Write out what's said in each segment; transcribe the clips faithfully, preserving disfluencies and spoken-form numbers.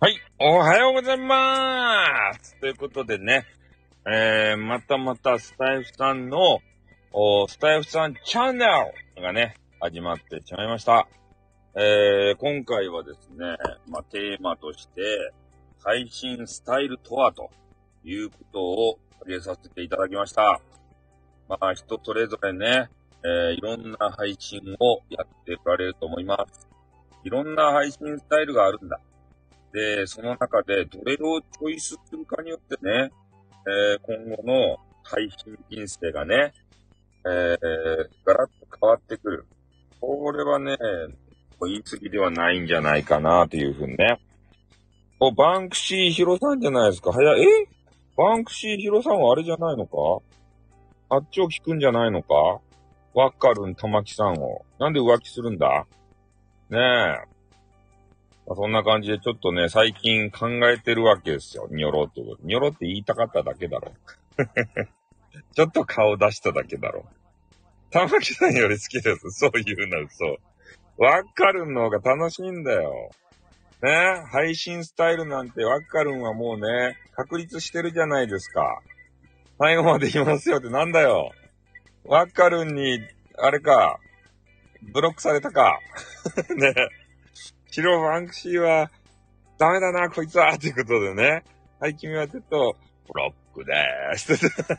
はい、おはようございまーすということでね、えー、またまたスタイフさんの、おスタイフさんチャンネルがね、始まってしまいました。えー、今回はですね、まあ、テーマとして、配信スタイルとはということを取りさせていただきました。まあ、人それぞれね、えー、いろんな配信をやっておられると思います。いろんな配信スタイルがあるんだ。で、その中でどれをチョイスするかによってね、えー、今後の配信人生がね、えー、ガラッと変わってくる。これはね、言い過ぎではないんじゃないかなというふうにね。お、バンクシーヒロさんじゃないですか。早い。えバンクシーヒロさんはあれじゃないのか？あっちを聞くんじゃないのか？ワッカルン玉木さんを。なんで浮気するんだ？ねえ。まあ、そんな感じでちょっとね、最近考えてるわけですよ。ニョロってこと。ニョロって言いたかっただけだろ。ちょっと顔出しただけだろ。玉木さんより好きです。そう言うな、嘘。わかるの方が楽しいんだよ。ね、配信スタイルなんてわかるんはもうね、確立してるじゃないですか。最後まで言いますよってなんだよ。わかるんに、あれか、ブロックされたか。ね。白バンクシーは、ダメだな、こいつはということでね。はい、君はちょっと、ブロックでーす。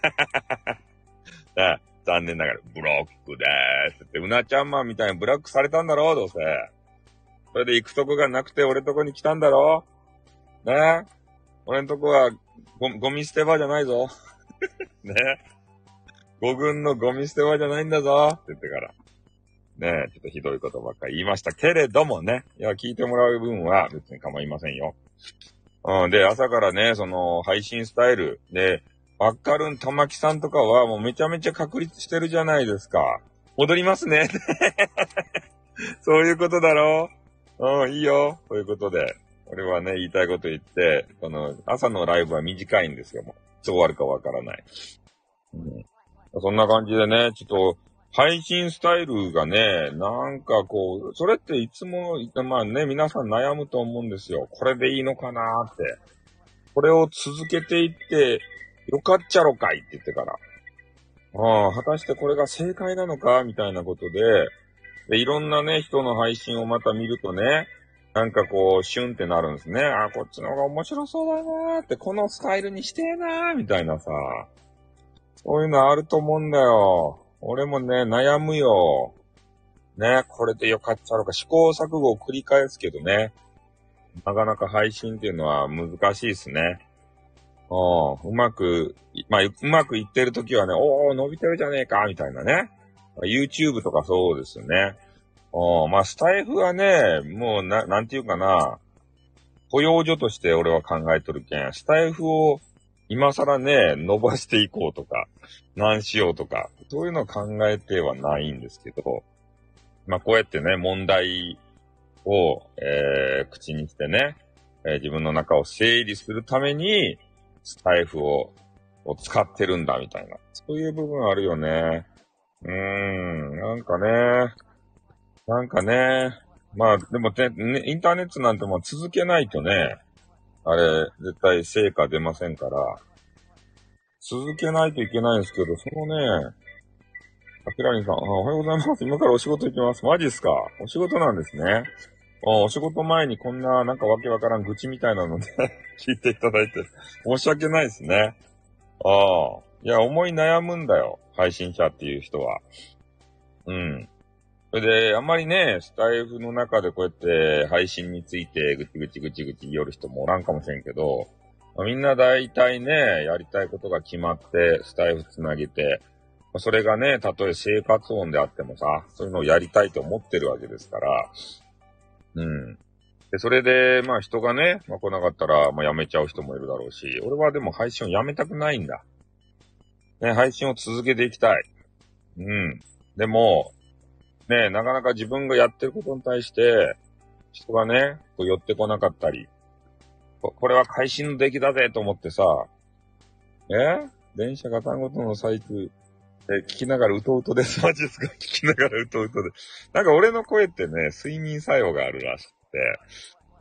ね、残念ながら、ブロックでーすって、うなちゃんマンみたいにブロックされたんだろう、どうせ。それで行くとこがなくて俺とこに来たんだろうね。俺んとこはゴ、ゴミ捨て場じゃないぞ。ね。五軍のゴミ捨て場じゃないんだぞ。って言ってから。ねえ、ちょっとひどいことばっかり言いましたけれどもね。いや、聞いてもらう分は別に構いませんよ。うん、で、朝からね、その、配信スタイルで、わかるん玉木さんとかはもうめちゃめちゃ確立してるじゃないですか。戻りますね。そういうことだろう。うん、いいよ。ということで、俺はね、言いたいこと言って、この、朝のライブは短いんですよ。もういつ終わるかわからない。うん、そんな感じでね、ちょっと、配信スタイルがね、なんかこう、それっていつも、まあね、皆さん悩むと思うんですよ。これでいいのかなーって。これを続けていって、よかっちゃろかいって言ってから。ああ、果たしてこれが正解なのかみたいなことで、で、いろんなね、人の配信をまた見るとね、なんかこう、シュンってなるんですね。あ、こっちの方が面白そうだなーって、このスタイルにしてえなーみたいなさ。そういうのあると思うんだよ。俺もね、悩むよ。ね、これでよかっちゃろか。試行錯誤を繰り返すけどね。なかなか配信っていうのは難しいですね。うん、うまく、まあ、うまくいってるときはね、おー、伸びてるじゃねえか、みたいなね。YouTube とかそうですよね。うん、まあ、スタイフはね、もうな、なんていうかな、保養所として俺は考えとるけん、スタイフを今更ね、伸ばしていこうとか、何しようとか、そういうのを考えてはないんですけど、まあ、こうやってね、問題を、えー、口にしてね、えー、自分の中を整理するために、スタイフを、を使ってるんだみたいな。そういう部分あるよね。うーん、なんかね、なんかね、まあでもね、ねインターネットなんてもう続けないとね、あれ、絶対成果出ませんから、続けないといけないんですけど、そのね、あきらりんさん、あ、おはようございます。今からお仕事行きます。マジっすか？お仕事なんですね。お、お仕事前にこんな、なんかわけわからん愚痴みたいなので聞いていただいて、申し訳ないですね。ああ。いや、思い悩むんだよ。配信者っていう人は。うん。それで、あんまりね、スタイフの中でこうやって配信についてぐちぐちぐちぐち言おる人もおらんかもしれんけど、まあ、みんな大体ね、やりたいことが決まって、スタイフつなげて、まあ、それがね、たとえ生活音であってもさ、そういうのをやりたいと思ってるわけですから、うん。で、それで、まあ人がね、まあ来なかったら、まあ辞めちゃう人もいるだろうし、俺はでも配信をやめたくないんだ。ね、配信を続けていきたい。うん。でも、ね、なかなか自分がやってることに対して、人がね、こう寄ってこなかったり、ここれは配信の出来だぜと思ってさ、え電車ガタンゴトンの細工、え、聞きながらうとうとです。マジですか？聞きながらうとうとで。なんか俺の声ってね、睡眠作用があるらしくて、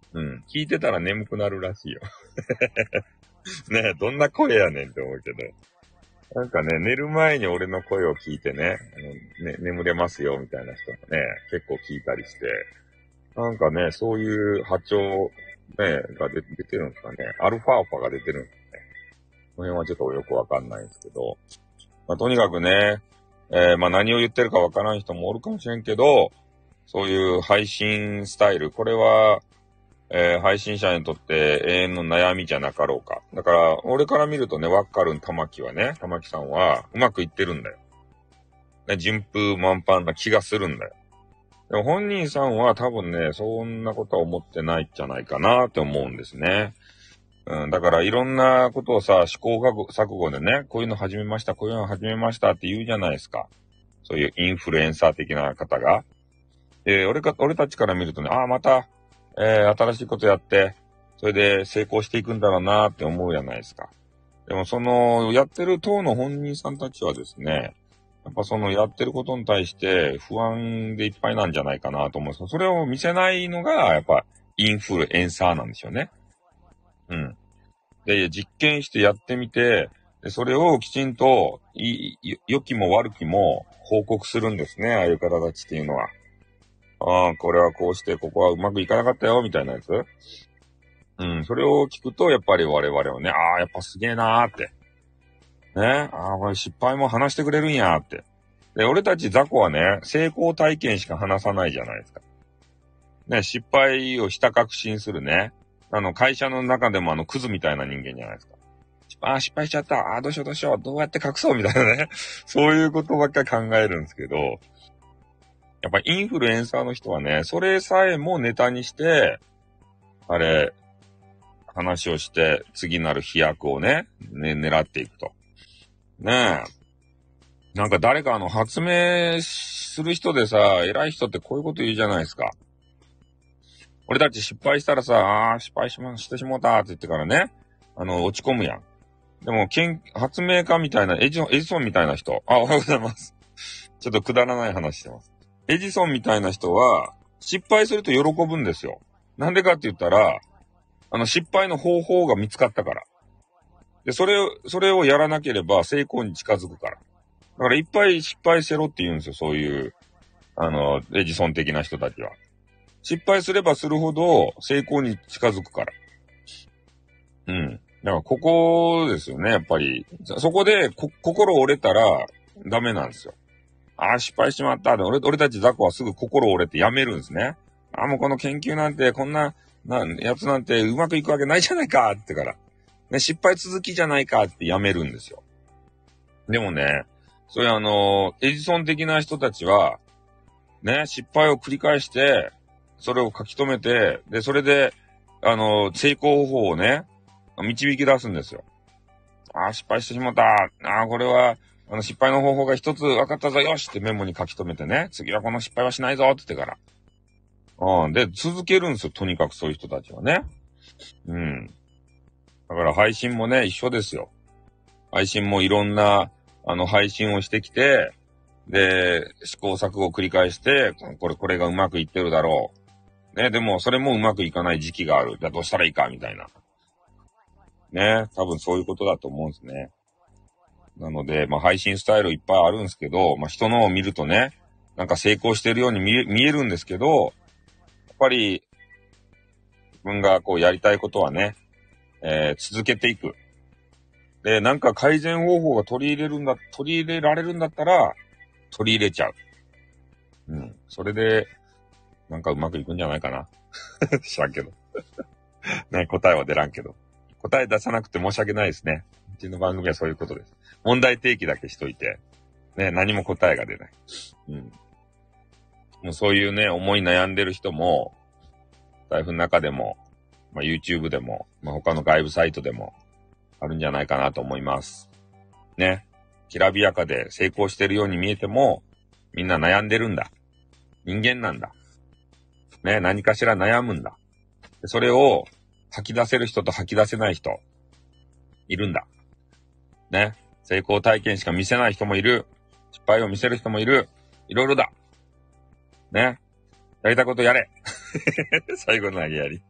うん。聞いてたら眠くなるらしいよ。ねえ、どんな声やねんって思うけど。なんかね、寝る前に俺の声を聞いてね、あのね眠れますよみたいな人もね、結構聞いたりして、なんかね、そういう波長、ね、が出出てるんですかね。アルファーファが出てるんですかね。この辺はちょっとよくわかんないんですけど。まあ、とにかくね、えー、まあ何を言ってるかわからん人もおるかもしれんけど、そういう配信スタイル、これは、えー、配信者にとって永遠の悩みじゃなかろうか。だから、俺から見るとね、ワッカルン玉木はね、玉木さんはうまくいってるんだよ。ね、順風満帆な気がするんだよ。でも本人さんは多分ね、そんなことは思ってないんじゃないかなって思うんですね。うん、だからいろんなことをさ、試行錯誤でね、こういうの始めました、こういうの始めましたって言うじゃないですか。そういうインフルエンサー的な方が。で、俺か、俺たちから見るとね、ああ、また、えー、新しいことやって、それで成功していくんだろうなって思うじゃないですか。でもその、やってる党の本人さんたちはですね、やっぱそのやってることに対して不安でいっぱいなんじゃないかなと思うんですけど、それを見せないのが、やっぱインフルエンサーなんですよね。うん。で、実験してやってみて、でそれをきちんと、い、い良きも悪きも報告するんですね、ああいう方たちっていうのは。ああ、これはこうして、ここはうまくいかなかったよ、みたいなやつ。うん、それを聞くと、やっぱり我々はね、ああ、やっぱすげえなーって。ね、ああ、これ失敗も話してくれるんやーって。で、俺たち雑魚はね、成功体験しか話さないじゃないですか。ね、失敗をひた確信するね。あの、会社の中でもあの、クズみたいな人間じゃないですか。ああ、失敗しちゃった。ああ、どうしようどうしよう。どうやって隠そうみたいなね。そういうことばっかり考えるんですけど、やっぱインフルエンサーの人はね、それさえもネタにして、あれ、話をして、次なる飛躍をね、ね、狙っていくと。ねえ。なんか誰かあの、発明する人でさ、偉い人ってこういうこと言うじゃないですか。俺たち失敗したらさ、ああ、失敗しま、してしもうたって言ってからね、あの、落ち込むやん。でも、研、発明家みたいな、エジソン、エジソンみたいな人。あ、おはようございます。ちょっとくだらない話してます。エジソンみたいな人は、失敗すると喜ぶんですよ。なんでかって言ったら、あの、失敗の方法が見つかったから。で、それを、それをやらなければ成功に近づくから。だからいっぱい失敗せろって言うんですよ、そういう、あの、エジソン的な人たちは。失敗すればするほど成功に近づくから。うん。だからここですよね、やっぱり。そこでこ心折れたらダメなんですよ。ああ、失敗しまった。で、俺、俺たち雑魚はすぐ心折れてやめるんですね。ああ、もうこの研究なんて、こんな、な、やつなんてうまくいくわけないじゃないかってから。ね、失敗続きじゃないかってやめるんですよ。でもね、そういうあの、エジソン的な人たちは、ね、失敗を繰り返して、それを書き留めて、で、それで、あの、成功方法をね、導き出すんですよ。ああ、失敗してしまった。ああ、これは、あの、失敗の方法が一つ分かったぞ。よしってメモに書き留めてね。次はこの失敗はしないぞって言ってから。うん。で、続けるんですよ。とにかくそういう人たちはね。うん。だから配信もね、一緒ですよ。配信もいろんな、あの、配信をしてきて、で、試行錯誤を繰り返して、これ、これがうまくいってるだろう。ね、でも、それもうまくいかない時期がある。じゃあどうしたらいいか、みたいな。ね、多分そういうことだと思うんですね。なので、まあ、配信スタイルいっぱいあるんですけど、まあ、人のを見るとね、なんか成功してるように見え、見えるんですけど、やっぱり、自分がこうやりたいことはね、えー、続けていく。で、なんか改善方法が取り入れるんだ、取り入れられるんだったら、取り入れちゃう。うん。それで、なんかうまくいくんじゃないかな。知らんけど。ね、答えは出らんけど。答え出さなくて申し訳ないですね。うちの番組はそういうことです。問題提起だけしといて、ね、何も答えが出ない。うん。もうそういうね、思い悩んでる人も、財布の中でも、まあ、YouTube でも、まあ、他の外部サイトでも、あるんじゃないかなと思います。ね。きらびやかで成功してるように見えても、みんな悩んでるんだ。人間なんだ。ね、何かしら悩むんだ。それを吐き出せる人と吐き出せない人、いるんだ。ね。成功体験しか見せない人もいる。失敗を見せる人もいる。いろいろだ。ね。やりたいことやれ。最後の投げやり。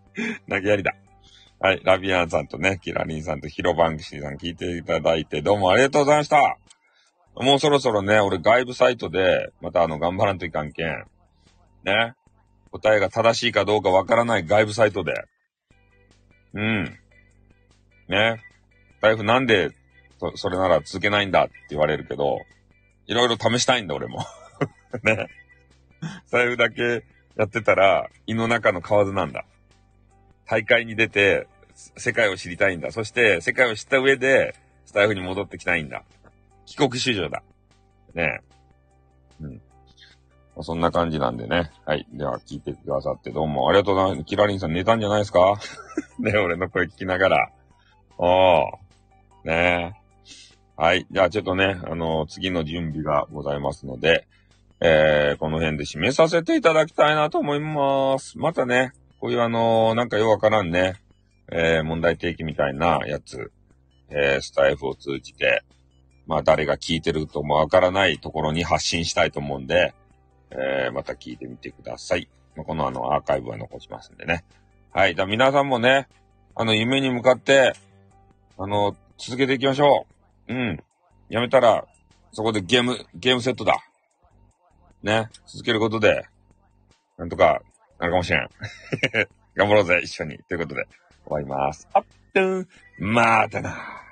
投げやりだ。はい。ラビアンさんとね、キラリンさんとヒロバンクシーさん聞いていただいてどうもありがとうございました。もうそろそろね、俺外部サイトで、またあの、頑張らんといかんけん。ね。答えが正しいかどうかわからない外部サイトで。うん。ね。財布なんで、そ、それなら続けないんだって言われるけど、いろいろ試したいんだ俺も。ね。財布だけやってたら、胃の中の蛙なんだ。大会に出て、世界を知りたいんだ。そして、世界を知った上で、スタイフに戻ってきたいんだ。帰国子女だ。ねえ。うん。そんな感じなんでね。はい。では、聞いてくださってどうもありがとうございます。キラリンさん寝たんじゃないですかね、俺の声聞きながら。おー。ねえ。はい。じゃあ、ちょっとね、あのー、次の準備がございますので、えー、この辺で締めさせていただきたいなと思います。またね、こういうあのー、なんかよくわからんね、えー、問題提起みたいなやつ、えー、スタイフを通じて、まあ誰が聞いてるともわからないところに発信したいと思うんで、えー、また聞いてみてください。まあ、このあのアーカイブは残しますんでね。はい。じゃあ皆さんもね、あの夢に向かって、あの、続けていきましょう。うん。やめたら、そこでゲーム、ゲームセットだ。ね。続けることで、なんとかなるかもしれん。頑張ろうぜ、一緒に。ということで、終わります。あっ、とー、まーたな。